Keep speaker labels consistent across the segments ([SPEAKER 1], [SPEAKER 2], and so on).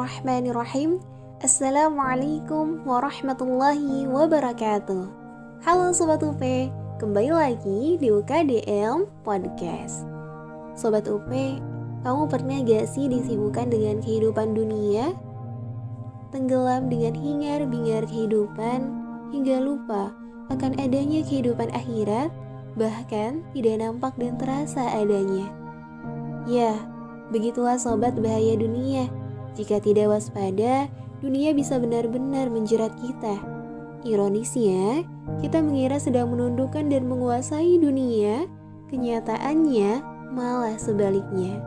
[SPEAKER 1] Bismillahirrahmanirrahim. Assalamualaikum warahmatullahi wabarakatuh. Halo Sobat UP, kembali lagi di UKDM Podcast. Sobat UP, kamu pernah gak sih disibukkan dengan kehidupan dunia? Tenggelam dengan hingar-bingar kehidupan hingga lupa akan adanya kehidupan akhirat, bahkan tidak nampak dan terasa adanya. Ya, begitulah sobat bahaya dunia. Jika tidak waspada, dunia bisa benar-benar menjerat kita. Ironisnya, kita mengira sedang menundukkan dan menguasai dunia, kenyataannya malah sebaliknya.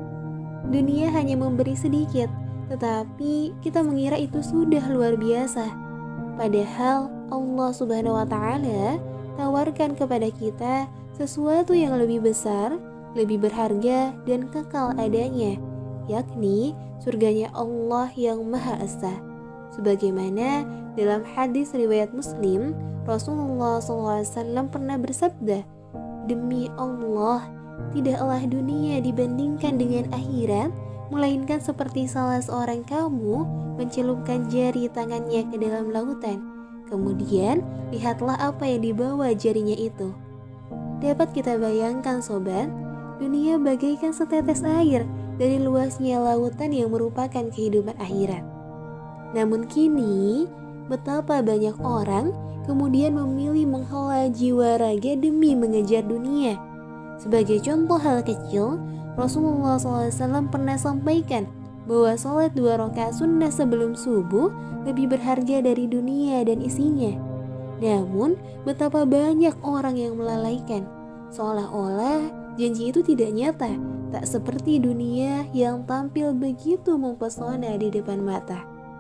[SPEAKER 1] Dunia hanya memberi sedikit, tetapi kita mengira itu sudah luar biasa. Padahal Allah Subhanahu wa Ta'ala tawarkan kepada kita sesuatu yang lebih besar, lebih berharga dan kekal adanya, yakni surganya Allah yang Maha Esa. Sebagaimana dalam hadis riwayat Muslim, Rasulullah SAW pernah bersabda, "Demi Allah, tidaklah dunia dibandingkan dengan akhirat, melainkan seperti salah seorang kamu mencelupkan jari tangannya ke dalam lautan. Kemudian lihatlah apa yang dibawa jarinya itu." Dapat kita bayangkan sobat, dunia bagaikan setetes air dari luasnya lautan yang merupakan kehidupan akhirat. Namun kini, betapa banyak orang kemudian memilih menghela jiwa raga demi mengejar dunia. Sebagai contoh hal kecil, Rasulullah SAW pernah sampaikan bahwa sholat 2 rakaat sunnah sebelum subuh lebih berharga dari dunia dan isinya. Namun, betapa banyak orang yang melalaikan, seolah-olah janji itu tidak nyata, tak seperti dunia yang tampil begitu mempesona di depan mata.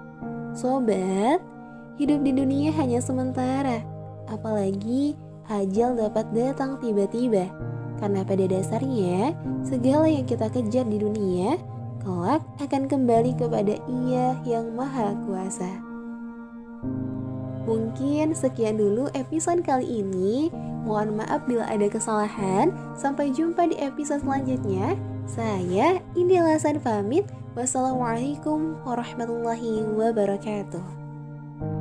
[SPEAKER 1] Sobat, hidup di dunia hanya sementara, apalagi ajal dapat datang tiba-tiba. Karena pada dasarnya, segala yang kita kejar di dunia, kelak akan kembali kepada Ia yang Maha Kuasa. Mungkin sekian dulu episode kali ini. Mohon maaf bila ada kesalahan. Sampai jumpa di episode selanjutnya. Saya Indi Lasan pamit. Wassalamualaikum warahmatullahi wabarakatuh.